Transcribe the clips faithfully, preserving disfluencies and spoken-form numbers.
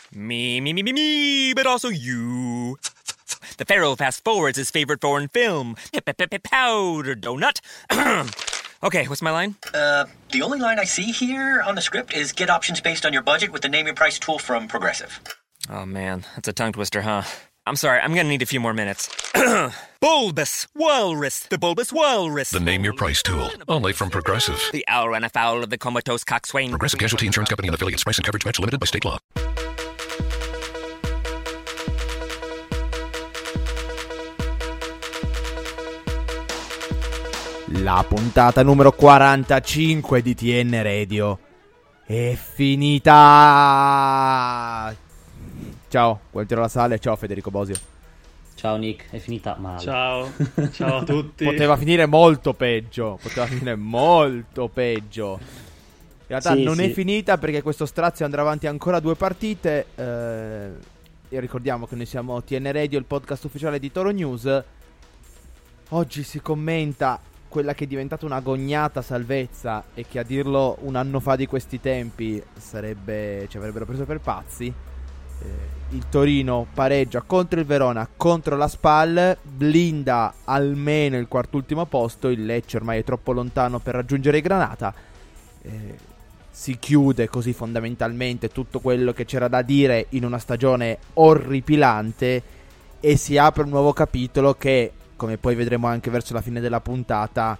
Me, me, me, me, me, but also you. The Pharaoh fast forwards his favorite foreign film, Powder Donut. Okay, what's my line? Uh, the only line I see here on the script is get options based on your budget with the Name Your Price tool from Progressive. Oh man, that's a tongue twister, huh? I'm sorry, I'm gonna need a few more minutes. Bulbous Walrus, the Bulbous Walrus. The Name Your Price tool, only from Progressive. The owl ran afoul of the comatose coxswain. Progressive Casualty Insurance Company and affiliates. Price and coverage match limited by state law. La puntata numero quarantacinque di T N Radio è finita. Ciao, Gualtiero La Salle, ciao Federico Bosio. Ciao Nick, è finita male. Ciao, ciao a tutti. Poteva finire molto peggio, poteva finire molto peggio. In realtà sì, non sì. è finita perché questo strazio andrà avanti ancora due partite. eh, E ricordiamo che noi siamo T N Radio, il podcast ufficiale di Toro News. Oggi si commenta quella che è diventata una gognata salvezza e che a dirlo un anno fa di questi tempi sarebbe, ci avrebbero preso per pazzi. Eh, il Torino pareggia contro il Verona, contro la Spal, blinda almeno il quartultimo posto. Il Lecce ormai è troppo lontano per raggiungere i Granata. Eh, si chiude così fondamentalmente tutto quello che c'era da dire in una stagione orripilante e si apre un nuovo capitolo che, come poi vedremo anche verso la fine della puntata,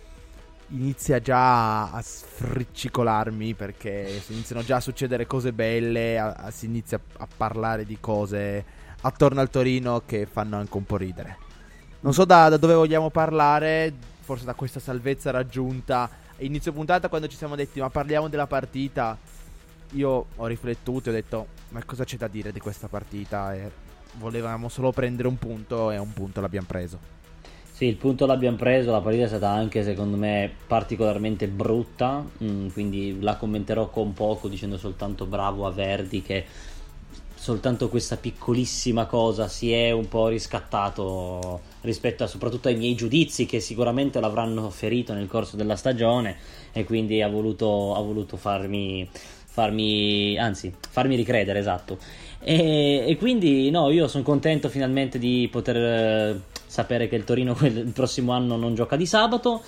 inizia già a sfriccicolarmi perché si iniziano già a succedere cose belle, a, a, si inizia a parlare di cose attorno al Torino che fanno anche un po' ridere. Non so da, da dove vogliamo parlare, forse da questa salvezza raggiunta. Inizio puntata, quando ci siamo detti ma parliamo della partita, io ho riflettuto e ho detto ma cosa c'è da dire di questa partita, e volevamo solo prendere un punto e un punto l'abbiamo preso. Sì, il punto l'abbiamo preso, la partita è stata anche secondo me particolarmente brutta, mh, quindi la commenterò con poco dicendo soltanto bravo a Verdi che soltanto questa piccolissima cosa si è un po' riscattato rispetto a, soprattutto ai miei giudizi che sicuramente l'avranno ferito nel corso della stagione, e quindi ha voluto, ha voluto farmi, farmi, anzi farmi ricredere, esatto. E, e quindi no, io sono contento finalmente di poter eh, sapere che il Torino quel, il prossimo anno non gioca di sabato,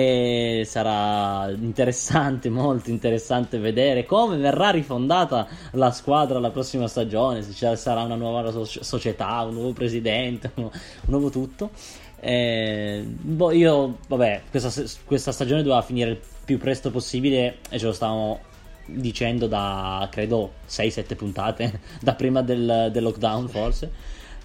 e sarà interessante, molto interessante vedere come verrà rifondata la squadra la prossima stagione, se ci sarà una nuova so- società, un nuovo presidente, un, un nuovo tutto. E, boh, io vabbè, questa, questa stagione doveva finire il più presto possibile e ce lo stavamo dicendo da credo sei sette puntate da prima del, del lockdown forse,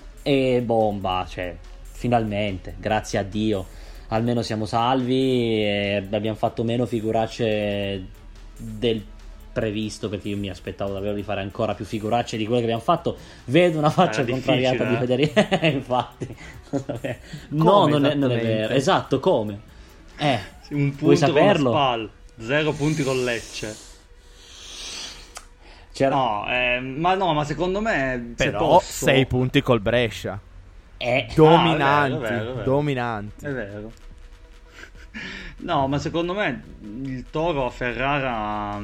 e bomba, cioè finalmente, grazie a Dio, almeno siamo salvi e abbiamo fatto meno figuracce del previsto, perché io mi aspettavo davvero di fare ancora più figuracce di quelle che abbiamo fatto. Vedo una faccia Era contrariata di eh? Federico infatti no, non è, non è vero, esatto, come eh, un vuoi punto con la saperlo? Spal, zero punti con Lecce. C'era... No, eh, ma no, ma secondo me se Però posso... sei punti col Brescia. Eh, Dominanti, ah, è vero, è vero, è vero. dominanti. È vero. No, ma secondo me il Toro a Ferrara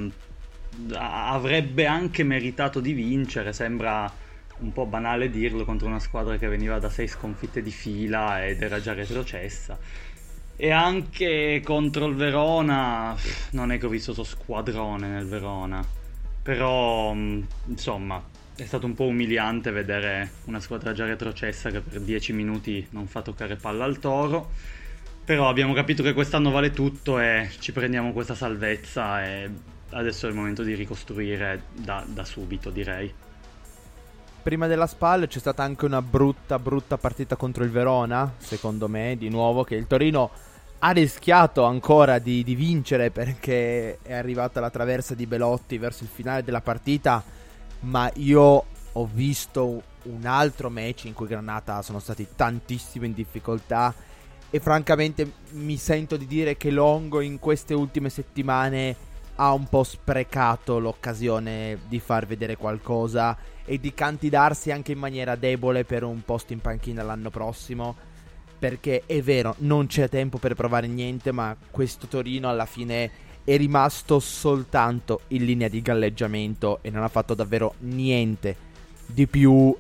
avrebbe anche meritato di vincere. Sembra un po' banale dirlo contro una squadra che veniva da sei sconfitte di fila ed era già retrocessa. E anche contro il Verona non è che ho visto so squadrone nel Verona, però insomma è stato un po' umiliante vedere una squadra già retrocessa che per dieci minuti non fa toccare palla al Toro. Però abbiamo capito che quest'anno vale tutto e ci prendiamo questa salvezza, e adesso è il momento di ricostruire da, da subito, direi. Prima della Spal c'è stata anche una brutta brutta partita contro il Verona, secondo me, di nuovo, che il Torino ha rischiato ancora di, di vincere perché è arrivata la traversa di Belotti verso il finale della partita, ma io ho visto un altro match in cui Granata sono stati tantissimo in difficoltà e francamente mi sento di dire che Longo in queste ultime settimane ha un po' sprecato l'occasione di far vedere qualcosa e di candidarsi anche in maniera debole per un posto in panchina l'anno prossimo, perché è vero, non c'è tempo per provare niente, ma questo Torino alla fine è rimasto soltanto in linea di galleggiamento e non ha fatto davvero niente di più.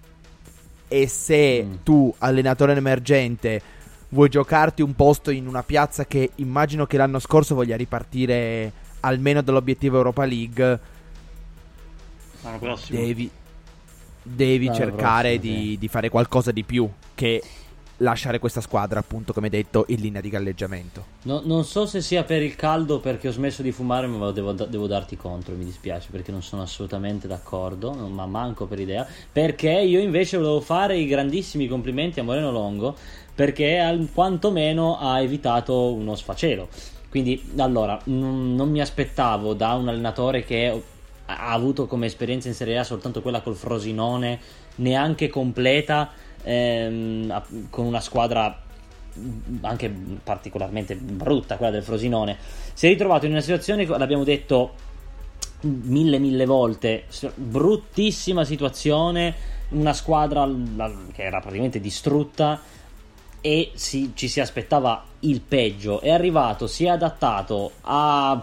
E se mm. tu, allenatore emergente, vuoi giocarti un posto in una piazza che immagino che l'anno scorso voglia ripartire almeno dall'obiettivo Europa League, l'anno prossimo devi, devi l'anno cercare prossimo, di, sì. di fare qualcosa di più che lasciare questa squadra, appunto, come detto, in linea di galleggiamento. No, non so se sia per il caldo, perché ho smesso di fumare, ma devo, devo darti contro, mi dispiace, perché non sono assolutamente d'accordo, ma manco per idea, perché io invece volevo fare i grandissimi complimenti a Moreno Longo, perché al, quantomeno ha evitato uno sfacelo. Quindi, allora, n- non mi aspettavo da un allenatore che ha avuto come esperienza in Serie A soltanto quella col Frosinone, neanche completa, ehm, con una squadra anche particolarmente brutta, quella del Frosinone. Si è ritrovato in una situazione, l'abbiamo detto mille mille volte, bruttissima situazione, una squadra che era praticamente distrutta, e si, ci si aspettava il peggio. È arrivato, si è adattato, ha,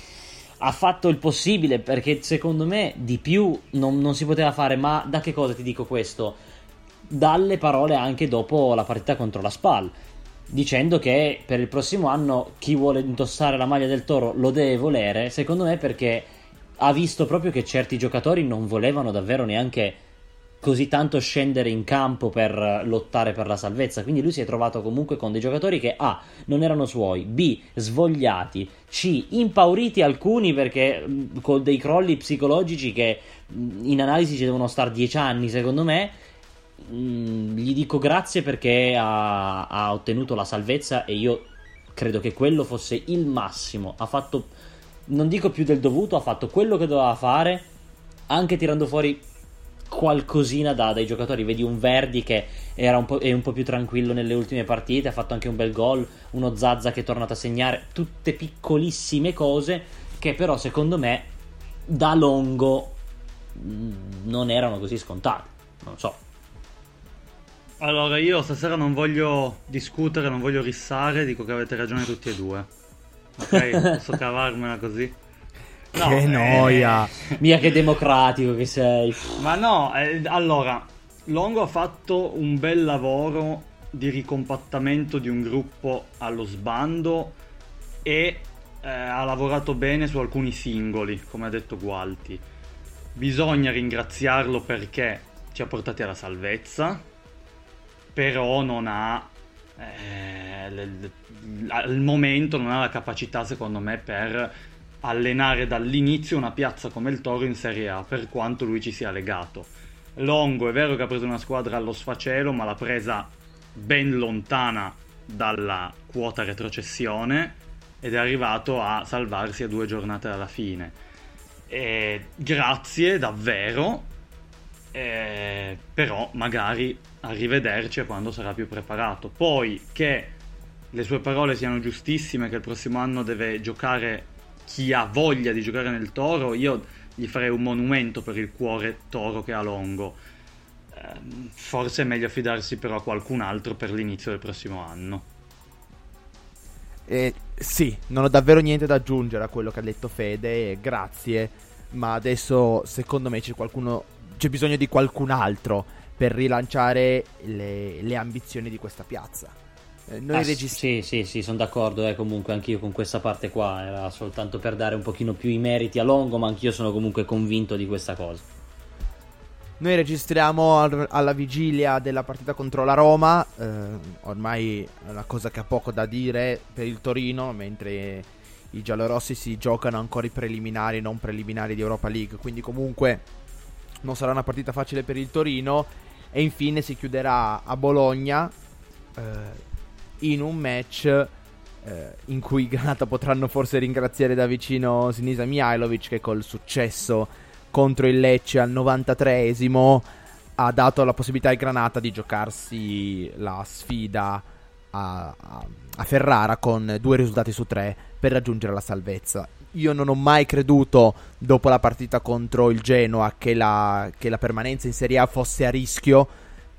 ha fatto il possibile, perché secondo me di più non, non si poteva fare. Ma da che cosa ti dico questo? Dalle parole anche dopo la partita contro la Spal, dicendo che per il prossimo anno chi vuole indossare la maglia del Toro lo deve volere, secondo me, perché ha visto proprio che certi giocatori non volevano davvero neanche così tanto scendere in campo per lottare per la salvezza. Quindi lui si è trovato comunque con dei giocatori che A, non erano suoi, B, svogliati, C, impauriti alcuni, perché mh, con dei crolli psicologici che mh, in analisi ci devono stare dieci anni secondo me. mh, Gli dico grazie, perché ha, ha ottenuto la salvezza, e io credo che quello fosse il massimo. Ha fatto, non dico più del dovuto, ha fatto quello che doveva fare, anche tirando fuori qualcosina da, dai giocatori. Vedi un Verdi che era un po', è un po' più tranquillo nelle ultime partite, ha fatto anche un bel gol, uno Zaza che è tornato a segnare, tutte piccolissime cose che però secondo me da Longo mh, non erano così scontate, non so. Allora, io stasera non voglio discutere, non voglio rissare, dico che avete ragione tutti e due, ok? Posso cavarmela così? No, che noia! eh... Mia, che democratico che sei. Ma no, eh, allora, Longo ha fatto un bel lavoro di ricompattamento di un gruppo allo sbando, e eh, ha lavorato bene su alcuni singoli, come ha detto Gualti. Bisogna ringraziarlo perché ci ha portati alla salvezza, però non ha eh, le, le, al momento non ha la capacità, secondo me, per allenare dall'inizio una piazza come il Toro in Serie A, per quanto lui ci sia legato. Longo è vero che ha preso una squadra allo sfacelo, ma l'ha presa ben lontana dalla quota retrocessione ed è arrivato a salvarsi a due giornate dalla fine. E grazie davvero, e però magari arrivederci a quando sarà più preparato. Poi che le sue parole siano giustissime, che il prossimo anno deve giocare chi ha voglia di giocare nel Toro, io gli farei un monumento per il cuore Toro che ha Longo. Eh, forse è meglio affidarsi però a qualcun altro per l'inizio del prossimo anno. Eh, sì, non ho davvero niente da aggiungere a quello che ha detto Fede, eh, grazie, ma adesso secondo me c'è qualcuno, c'è bisogno di qualcun altro per rilanciare le, le ambizioni di questa piazza. Eh, noi ah, regist- sì, sì, sì, sono d'accordo, eh, comunque anch'io con questa parte qua, era soltanto per dare un pochino più i meriti a Longo, ma anch'io sono comunque convinto di questa cosa. Noi registriamo al- alla vigilia della partita contro la Roma, eh, ormai è una cosa che ha poco da dire per il Torino, mentre i giallorossi si giocano ancora i preliminari, non preliminari di Europa League, quindi comunque non sarà una partita facile per il Torino. E infine si chiuderà a Bologna, eh, in un match eh, in cui i Granata potranno forse ringraziare da vicino Sinisa Mihajlovic, che col successo contro il Lecce al novantatreesimo ha dato la possibilità ai Granata di giocarsi la sfida a, a, a Ferrara con due risultati su tre per raggiungere la salvezza. Io non ho mai creduto, dopo la partita contro il Genoa, che la, che la permanenza in Serie A fosse a rischio,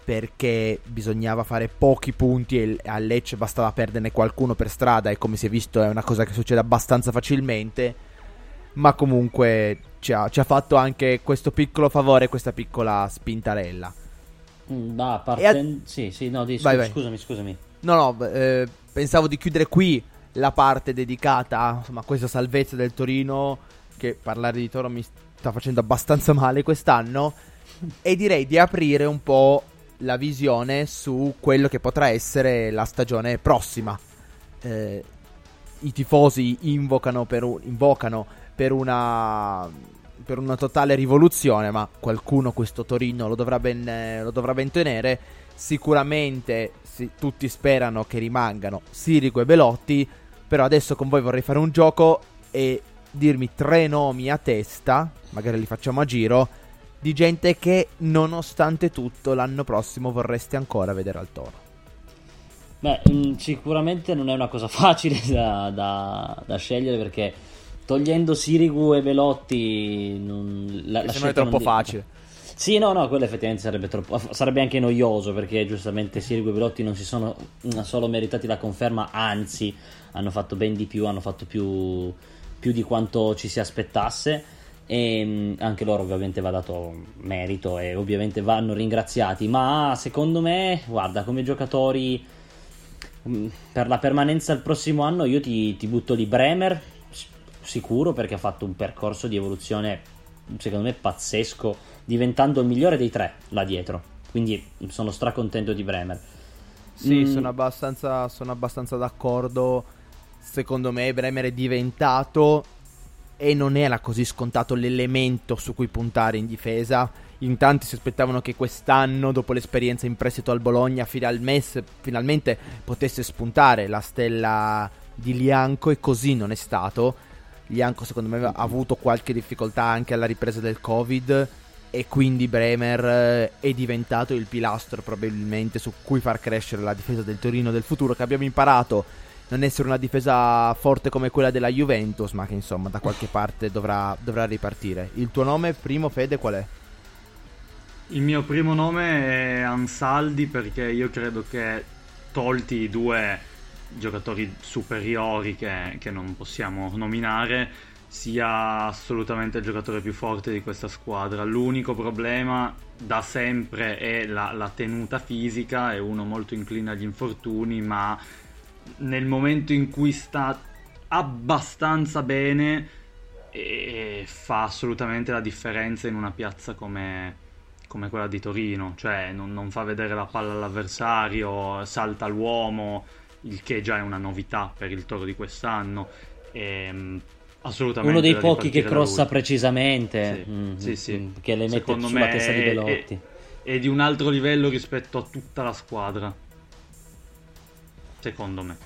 perché bisognava fare pochi punti e a Lecce bastava perderne qualcuno per strada, e come si è visto è una cosa che succede abbastanza facilmente, ma comunque ci ha, ci ha fatto anche questo piccolo favore, questa piccola spintarella. Mm, a parte... a... Sì, sì, no, di... vai, vai. scusami, scusami. No, no, eh, pensavo di chiudere qui la parte dedicata, insomma, a questa salvezza del Torino, che parlare di Toro mi sta facendo abbastanza male quest'anno, e direi di aprire un po' la visione su quello che potrà essere la stagione prossima. Eh, i tifosi invocano per, un, invocano per una per una totale rivoluzione, ma qualcuno questo Torino lo dovrà ben, lo dovrà ben tenere. Sicuramente sì, tutti sperano che rimangano Sirigu e Belotti, però adesso con voi vorrei fare un gioco e dirmi tre nomi a testa, magari li facciamo a giro, di gente che nonostante tutto l'anno prossimo vorreste ancora vedere al Toro. Beh, mh, sicuramente non è una cosa facile da, da, da scegliere, perché togliendo Sirigu e Belotti non, la, la sembra troppo non facile. Sì, no, no, quello effettivamente sarebbe troppo, sarebbe anche noioso, perché giustamente Sirigu e Belotti non si sono solo meritati la conferma, anzi hanno fatto ben di più, hanno fatto più, più di quanto ci si aspettasse. E anche loro ovviamente va dato merito e ovviamente vanno ringraziati, ma secondo me, guarda, come giocatori per la permanenza il prossimo anno io ti, ti butto lì Bremer sicuro, perché ha fatto un percorso di evoluzione secondo me pazzesco, diventando il migliore dei tre là dietro, quindi sono stracontento di Bremer. Sì, mm. sono abbastanza sono abbastanza d'accordo. Secondo me Bremer è diventato, e non era così scontato, l'elemento su cui puntare in difesa. In tanti si aspettavano che quest'anno, dopo l'esperienza in prestito al Bologna, finalmente, finalmente potesse spuntare la stella di Lianco, e così non è stato. Lianco secondo me ha avuto qualche difficoltà anche alla ripresa del Covid, e quindi Bremer è diventato il pilastro probabilmente su cui far crescere la difesa del Torino del futuro, che abbiamo imparato non essere una difesa forte come quella della Juventus, ma che insomma da qualche parte dovrà, dovrà ripartire. Il tuo nome primo, Fede, qual è? Il mio primo nome è Ansaldi, perché io credo che, tolti i due giocatori superiori che, che non possiamo nominare, sia assolutamente il giocatore più forte di questa squadra. L'unico problema da sempre è la, la tenuta fisica, è uno molto incline agli infortuni, ma nel momento in cui sta abbastanza bene e fa assolutamente la differenza in una piazza come, come quella di Torino, cioè non, non fa vedere la palla all'avversario, salta l'uomo, il che già è una novità per il Toro di quest'anno. E, assolutamente uno dei pochi che crossa precisamente, sì, mm, sì, sì. Mm, che le mette secondo sulla me testa di Belotti, è, è di un altro livello rispetto a tutta la squadra, secondo me.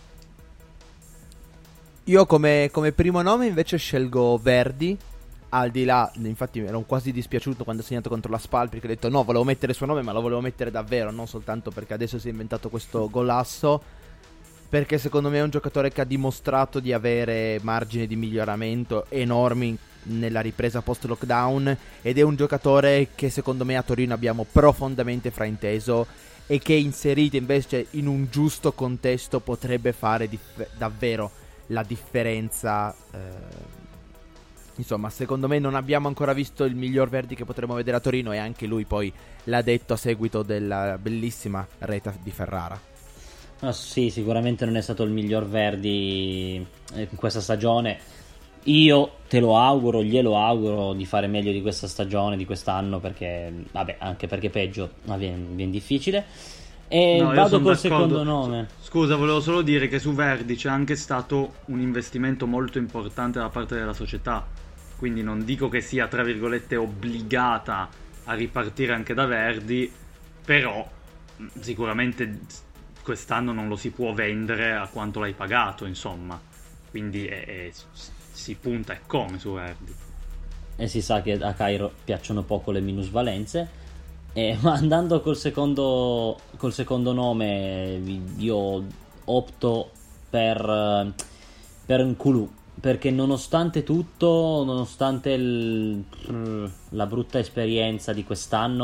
Io come, come primo nome invece scelgo Verdi. Al di là, infatti ero quasi dispiaciuto quando ha segnato contro la Spal, perché ho detto no, volevo mettere il suo nome, ma lo volevo mettere davvero, non soltanto perché adesso si è inventato questo golasso, perché secondo me è un giocatore che ha dimostrato di avere margini di miglioramento enormi nella ripresa post lockdown, ed è un giocatore che secondo me a Torino abbiamo profondamente frainteso, e che inserito invece in un giusto contesto potrebbe fare dif- davvero la differenza. eh, Insomma, secondo me non abbiamo ancora visto il miglior Verdi che potremo vedere a Torino, e anche lui poi l'ha detto a seguito della bellissima rete di Ferrara. No, sì, sicuramente non è stato il miglior Verdi in questa stagione. Io te lo auguro, glielo auguro di fare meglio di questa stagione, di quest'anno, perché vabbè, anche perché peggio ma viene, viene difficile. E no, vado col d'accordo. secondo nome. Scusa, volevo solo dire che su Verdi c'è anche stato un investimento molto importante da parte della società, quindi non dico che sia tra virgolette obbligata a ripartire anche da Verdi, però sicuramente quest'anno non lo si può vendere a quanto l'hai pagato, insomma, quindi è, è, si punta e come su Verdi. E si sa che a Cairo piacciono poco le minusvalenze. Eh, ma andando col secondo, col secondo nome, io opto per, per N'Koulou, perché nonostante tutto, nonostante il, la brutta esperienza di quest'anno,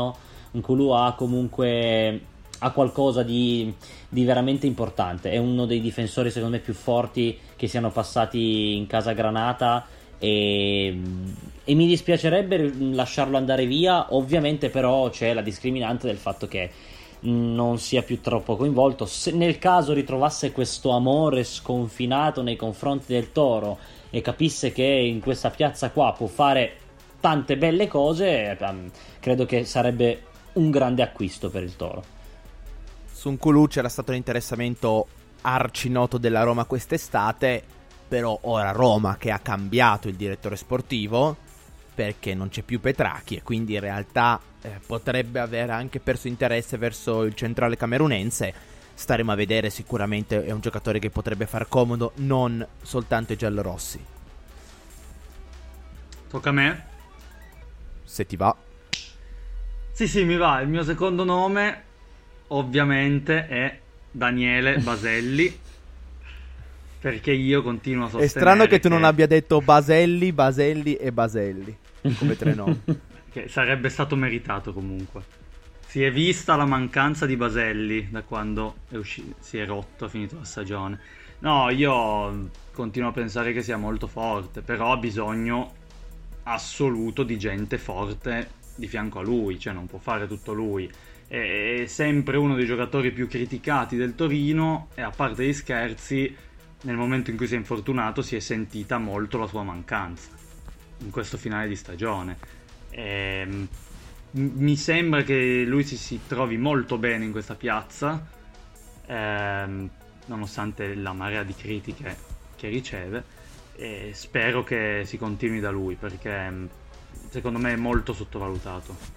N'Koulou ha comunque ha qualcosa di, di veramente importante, è uno dei difensori secondo me più forti che siano passati in casa Granata, e, e mi dispiacerebbe lasciarlo andare via. Ovviamente però c'è la discriminante del fatto che non sia più troppo coinvolto. Se nel caso ritrovasse questo amore sconfinato nei confronti del Toro e capisse che in questa piazza qua può fare tante belle cose, credo che sarebbe un grande acquisto per il Toro. Su N'Koulou c'era stato un interessamento arcinoto della Roma quest'estate, però ora Roma, che ha cambiato il direttore sportivo perché non c'è più Petrachi, e quindi in realtà eh, potrebbe aver anche perso interesse verso il centrale camerunense. Staremo a vedere, sicuramente è un giocatore che potrebbe far comodo non soltanto ai giallorossi. Tocca a me? Se ti va. Sì, sì, mi va. Il mio secondo nome ovviamente è Daniele Baselli, perché io continuo a sostenere. È strano che tu che... non abbia detto Baselli, Baselli e Baselli come tre nomi. Che sarebbe stato meritato comunque. Si è vista la mancanza di Baselli da quando è uscito, si è rotto, ha finito la stagione. No, io continuo a pensare che sia molto forte, però ha bisogno assoluto di gente forte di fianco a lui, cioè non può fare tutto lui. È sempre uno dei giocatori più criticati del Torino, e a parte gli scherzi, nel momento in cui si è infortunato si è sentita molto la sua mancanza in questo finale di stagione. E mi sembra che lui si, si trovi molto bene in questa piazza, ehm, nonostante la marea di critiche che riceve, e spero che si continui da lui, perché secondo me è molto sottovalutato.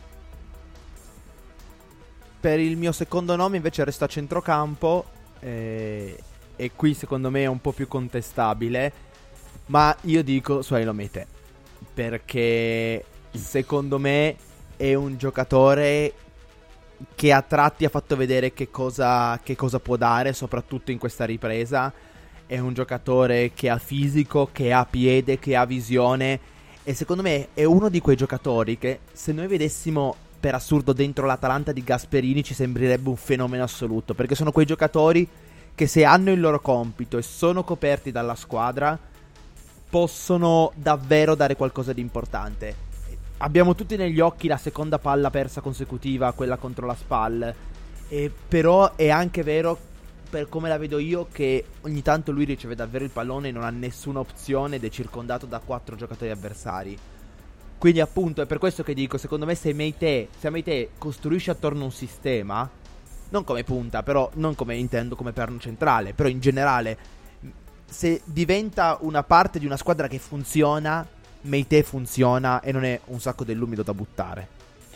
Per il mio secondo nome invece resto a centrocampo, eh, e qui secondo me è un po' più contestabile, ma io dico Souleymane Meite, perché secondo me è un giocatore che a tratti ha fatto vedere che cosa, che cosa può dare, soprattutto in questa ripresa. È un giocatore che ha fisico, che ha piede, che ha visione, e secondo me è uno di quei giocatori che, se noi vedessimo per assurdo dentro l'Atalanta di Gasperini, ci sembrerebbe un fenomeno assoluto, perché sono quei giocatori che, se hanno il loro compito e sono coperti dalla squadra, possono davvero dare qualcosa di importante. Abbiamo tutti negli occhi la seconda palla persa consecutiva, quella contro la Spal, e però è anche vero, per come la vedo io, che ogni tanto lui riceve davvero il pallone e non ha nessuna opzione ed è circondato da quattro giocatori avversari. Quindi appunto è per questo che dico, secondo me se Meite, se Meite costruisce attorno un sistema, non come punta, però non come intendo come perno centrale, però in generale, se diventa una parte di una squadra che funziona, Meite funziona e non è un sacco dell'umido da buttare.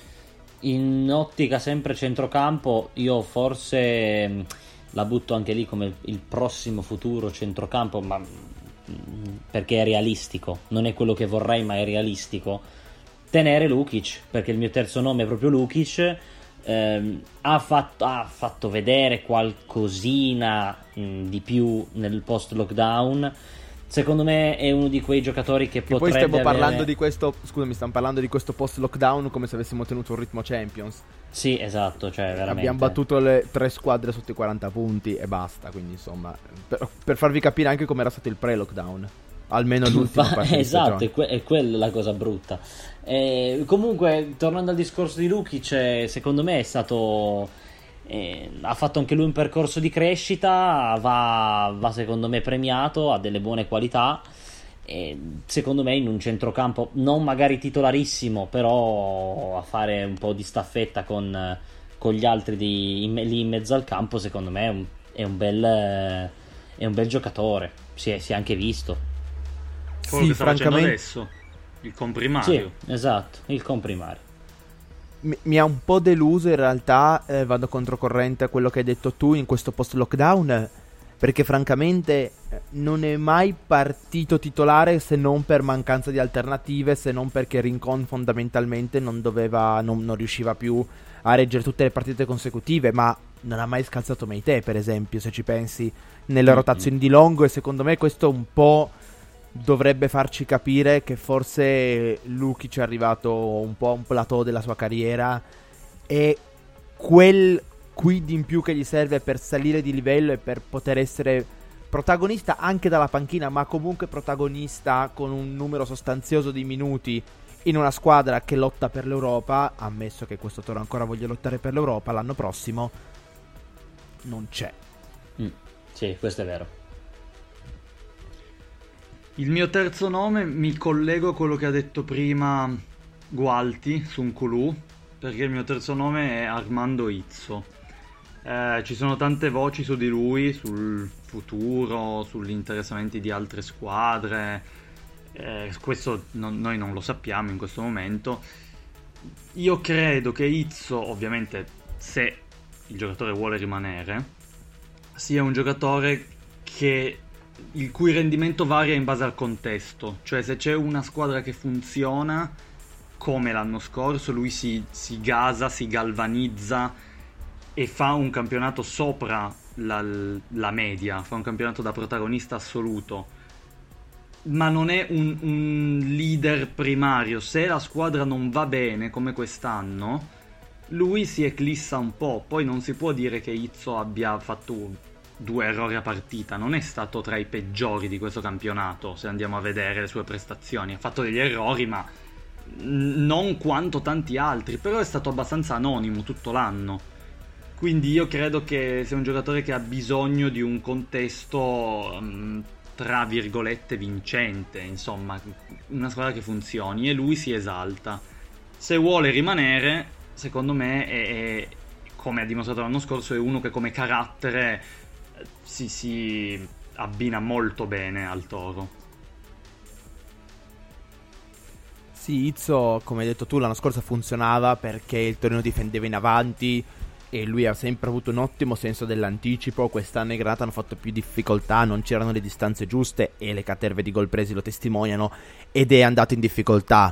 In ottica sempre centrocampo, io forse la butto anche lì come il prossimo futuro centrocampo, ma perché è realistico, non è quello che vorrei ma è realistico, tenere Lukic, perché il mio terzo nome è proprio Lukic. ehm, ha, fatto, ha fatto vedere qualcosina mh, di più nel post lockdown. Secondo me è uno di quei giocatori che, che potrebbe poi stiamo parlando avere... di questo, scusami, stiamo parlando di questo post lockdown come se avessimo tenuto un ritmo Champions. Sì, esatto, cioè veramente abbiamo battuto le tre squadre sotto i quaranta punti e basta, quindi insomma, per, per farvi capire anche come era stato il pre-lockdown, almeno l'ultima parte di esatto, è, que- è quella la cosa brutta. E comunque, tornando al discorso di Lukic, secondo me è stato eh, ha fatto anche lui un percorso di crescita, va, va secondo me premiato, ha delle buone qualità. E secondo me in un centrocampo non magari titolarissimo, però a fare un po' di staffetta con, con gli altri di, in, lì in mezzo al campo, secondo me è un, è un bel è un bel giocatore, si è, si è anche visto. Quello sì, che sta francamente adesso il comprimario. Sì, esatto, il comprimario. Mi, mi ha un po' deluso in realtà, eh, vado controcorrente a quello che hai detto tu in questo post lockdown, perché francamente non è mai partito titolare se non per mancanza di alternative, se non perché Rincon fondamentalmente non doveva, non, non riusciva più a reggere tutte le partite consecutive, ma non ha mai scalzato Meite, per esempio, se ci pensi, nelle rotazioni di Longo, e secondo me questo un po' dovrebbe farci capire che forse Lukic è arrivato un po' a un plateau della sua carriera è quel quid in più che gli serve per salire di livello e per poter essere protagonista anche dalla panchina, ma comunque protagonista con un numero sostanzioso di minuti in una squadra che lotta per l'Europa, ammesso che questo Toro ancora voglia lottare per l'Europa l'anno prossimo, non c'è. Mm, sì, questo è vero. Il mio terzo nome, mi collego a quello che ha detto prima Gualti su Nkulù, perché il mio terzo nome è Armando Izzo. Eh, ci sono tante voci su di lui, sul futuro, sugli interessamenti di altre squadre. Eh, questo non, noi non lo sappiamo in questo momento. Io credo che Izzo, ovviamente, se il giocatore vuole rimanere, sia un giocatore che il cui rendimento varia in base al contesto. Cioè, se c'è una squadra che funziona come l'anno scorso, lui si, si gasa, si galvanizza e fa un campionato sopra la, la media, fa un campionato da protagonista assoluto, ma non è un, un leader primario. Se la squadra non va bene come quest'anno, lui si eclissa un po'. Poi non si può dire che Izzo abbia fatto due errori a partita, non è stato tra i peggiori di questo campionato, se andiamo a vedere le sue prestazioni. Ha fatto degli errori, ma non quanto tanti altri, però è stato abbastanza anonimo tutto l'anno. Quindi io credo che sia un giocatore che ha bisogno di un contesto um, tra virgolette vincente, insomma, una squadra che funzioni, e lui si esalta. Se vuole rimanere, secondo me è, è, come ha dimostrato l'anno scorso, è uno che come carattere si, si abbina molto bene al Toro. Sì, Izzo, come hai detto tu, l'anno scorso funzionava perché il Torino difendeva in avanti e lui ha sempre avuto un ottimo senso dell'anticipo. Quest'anno i Granata hanno fatto più difficoltà, non c'erano le distanze giuste e le caterve di gol presi lo testimoniano, ed è andato in difficoltà.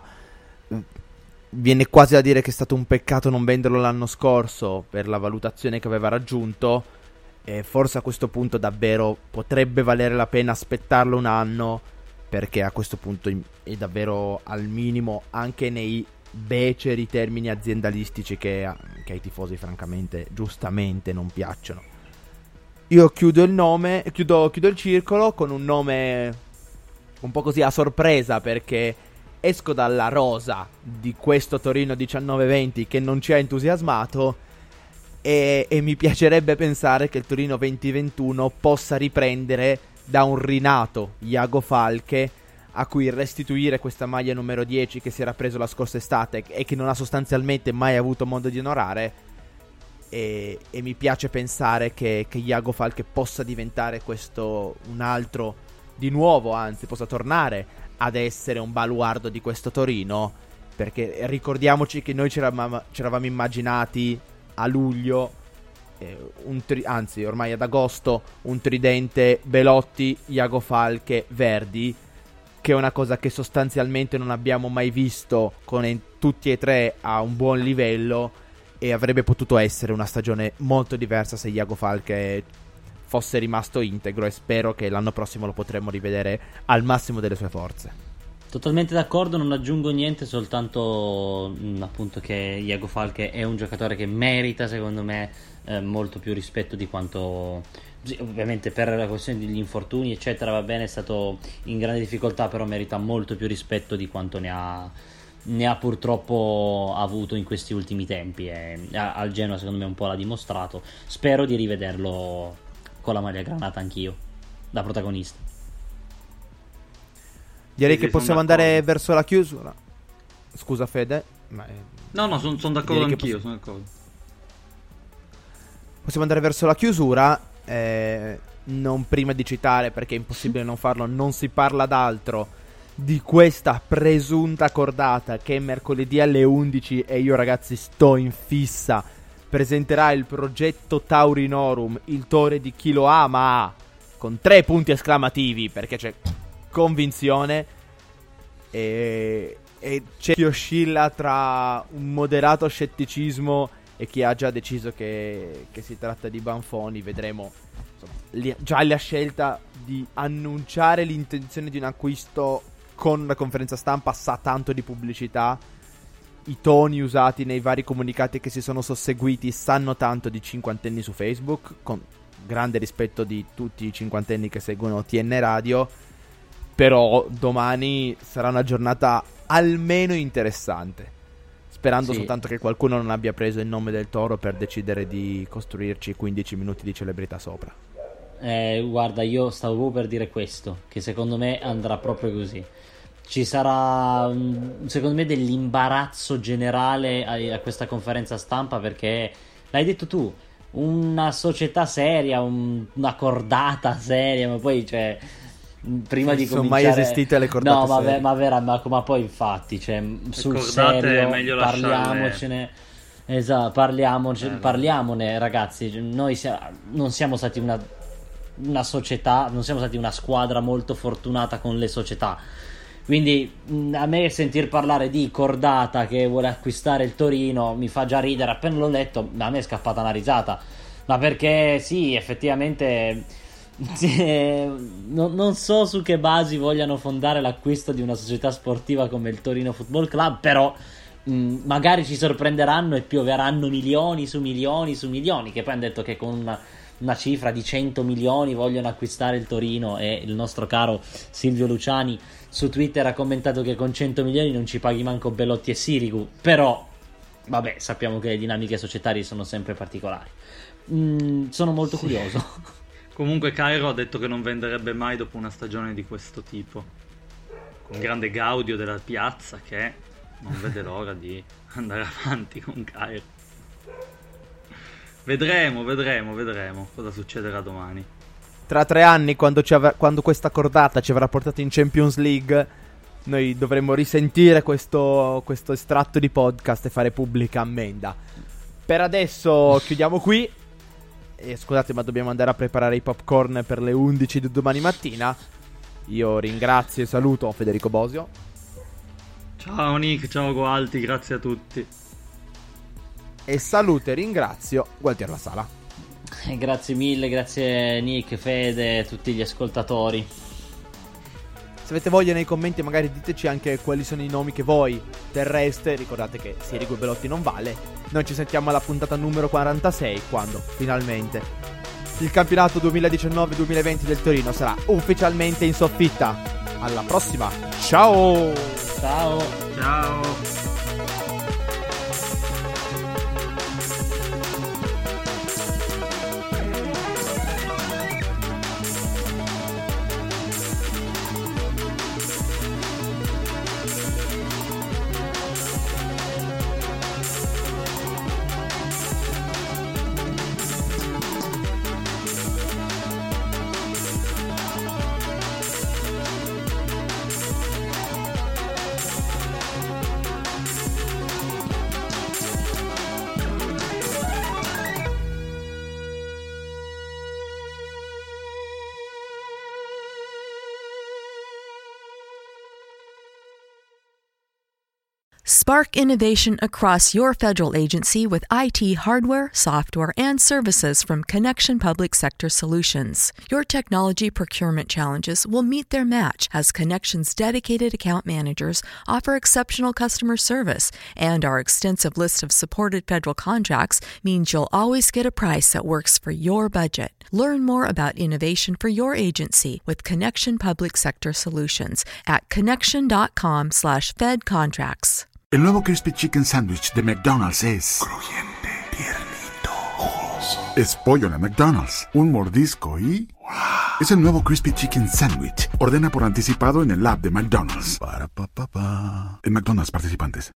Viene quasi da dire che è stato un peccato non venderlo l'anno scorso per la valutazione che aveva raggiunto, e forse a questo punto davvero potrebbe valere la pena aspettarlo un anno, perché a questo punto è davvero al minimo anche nei beceri termini aziendalistici che, che ai tifosi francamente giustamente non piacciono. Io chiudo il nome, chiudo, chiudo il circolo con un nome un po' così a sorpresa, perché esco dalla rosa di questo Torino diciannove venti che non ci ha entusiasmato, e, e mi piacerebbe pensare che il Torino venti ventuno possa riprendere da un rinato Iago Falche, a cui restituire questa maglia numero dieci che si era preso la scorsa estate e che non ha sostanzialmente mai avuto modo di onorare, e, e mi piace pensare che, che Iago Falche possa diventare questo un altro, di nuovo anzi, possa tornare ad essere un baluardo di questo Torino, perché ricordiamoci che noi ci eravamo, ci eravamo immaginati a luglio, eh, un tri- anzi ormai ad agosto, un tridente Belotti, Iago Falche, Verdi, che è una cosa che sostanzialmente non abbiamo mai visto con en- tutti e tre a un buon livello, e avrebbe potuto essere una stagione molto diversa se Iago Falche fosse rimasto integro, e spero che l'anno prossimo lo potremo rivedere al massimo delle sue forze. Totalmente d'accordo, non aggiungo niente, soltanto mh, appunto che Iago Falche è un giocatore che merita, secondo me, eh, molto più rispetto di quanto... Sì, ovviamente per la questione degli infortuni eccetera va bene, è stato in grande difficoltà, però merita molto più rispetto di quanto ne ha, ne ha purtroppo avuto in questi ultimi tempi, e al Genoa secondo me un po' l'ha dimostrato. Spero di rivederlo con la maglia granata anch'io, da protagonista. Direi sì, che sì, possiamo andare verso la chiusura. Scusa Fede, ma è... no no sono son d'accordo Direi anch'io, poss- sono d'accordo. Possiamo andare verso la chiusura. Eh, non prima di citare, perché è impossibile non farlo, non si parla d'altro di questa presunta cordata che mercoledì alle undici, e io ragazzi sto in fissa, presenterà il progetto Taurinorum, il Tore di chi lo ama, con tre punti esclamativi, perché c'è convinzione, e, e c'è chi oscilla tra un moderato scetticismo e chi ha già deciso che, che si tratta di Banfoni. Vedremo. Insomma, li, già la scelta di annunciare l'intenzione di un acquisto con una conferenza stampa sa tanto di pubblicità i toni usati nei vari comunicati che si sono susseguiti sanno tanto di cinquantenni su Facebook, con grande rispetto di tutti i cinquantenni che seguono T N Radio, però domani sarà una giornata almeno interessante, sperando Sì. soltanto che qualcuno non abbia preso il nome del toro per decidere di costruirci quindici minuti di celebrità sopra. Eh, guarda, io stavo proprio per dire questo, che secondo me andrà proprio così. Ci sarà, mm, secondo me, dell'imbarazzo generale a, a questa conferenza stampa, perché l'hai detto tu, una società seria, un- una cordata seria, ma poi, cioè, mm, prima Non di sono mai cominciare... esistite le cordate No, ma, serie. ve- ma vera, ma, ma poi infatti, cioè, sul cordate è serio, meglio lasciarle- parliamocene. Esatto, parliamoci- Eh, no. parliamone, ragazzi. Noi sia- non siamo stati una, una società, non siamo stati una squadra molto fortunata con le società. Quindi mh, a me sentir parlare di cordata che vuole acquistare il Torino mi fa già ridere. Appena l'ho letto, a me è scappata una risata. Ma perché sì, effettivamente eh, non, non so su che basi vogliano fondare l'acquisto di una società sportiva come il Torino Football Club, però mh, magari ci sorprenderanno e pioveranno milioni su milioni su milioni, che poi hanno detto che con una, una cifra di cento milioni vogliono acquistare il Torino, e il nostro caro Silvio Luciani su Twitter ha commentato che con cento milioni non ci paghi manco Belotti e Sirigu. Però vabbè, sappiamo che le dinamiche societarie sono sempre particolari. Mm, sono molto curioso. Comunque Cairo ha detto che non venderebbe mai dopo una stagione di questo tipo, con grande gaudio della piazza, che non vede l'ora di andare avanti con Cairo. Vedremo, vedremo, vedremo cosa succederà domani. Tra tre anni, quando, ci avrà- quando questa cordata ci avrà portato in Champions League, noi dovremmo risentire questo, questo estratto di podcast e fare pubblica ammenda. Per adesso chiudiamo qui. E scusate, ma dobbiamo andare a preparare i popcorn per le undici di domani mattina. Io ringrazio e saluto Federico Bosio. Ciao Nick, ciao Gualti, grazie a tutti. E saluto e ringrazio Gualtier La Sala. Eh, Grazie mille, grazie Nick, Fede, tutti gli ascoltatori. Se avete voglia nei commenti magari diteci anche quali sono i nomi che voi terreste. Ricordate che Sirigu e Belotti non vale. Noi ci sentiamo alla puntata numero quarantasei, quando finalmente il campionato duemiladiciannove duemilaventi del Torino sarà ufficialmente in soffitta. Alla prossima, ciao! Ciao. Ciao. Spark innovation across your federal agency with I T hardware, software, and services from Connection Public Sector Solutions. Your technology procurement challenges will meet their match as Connection's dedicated account managers offer exceptional customer service, and our extensive list of supported federal contracts means you'll always get a price that works for your budget. Learn more about innovation for your agency with Connection Public Sector Solutions at connection.com slash fed contracts. El nuevo Crispy Chicken Sandwich de McDonald's es... crujiente, tiernito, jugoso. Es pollo de McDonald's, un mordisco y... ¡wow! Es el nuevo Crispy Chicken Sandwich. Ordena por anticipado en el app de McDonald's. Para pa pa pa. En McDonald's participantes.